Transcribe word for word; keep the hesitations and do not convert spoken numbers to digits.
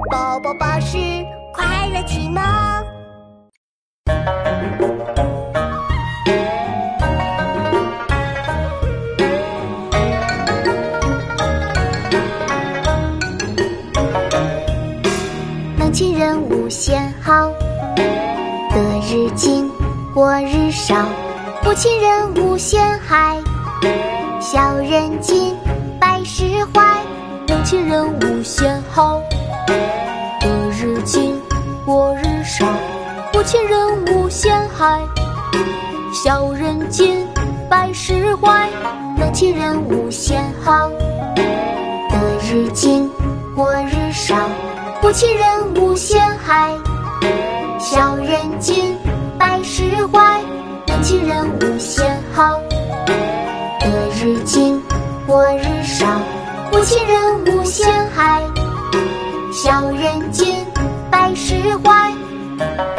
宝宝巴士快乐启蒙。能亲人无限好，得日进，过日少。不亲人无限害，小人尽，百事坏。 能亲人无限好，得日进，过日少。不亲人无限害，小人尽，百事坏。 能亲人无限好，得日进，过日少。不亲人无限害，小人尽，百事坏。能亲人无限好，得日进，过日少。不亲人无限害，小人尽，百事坏。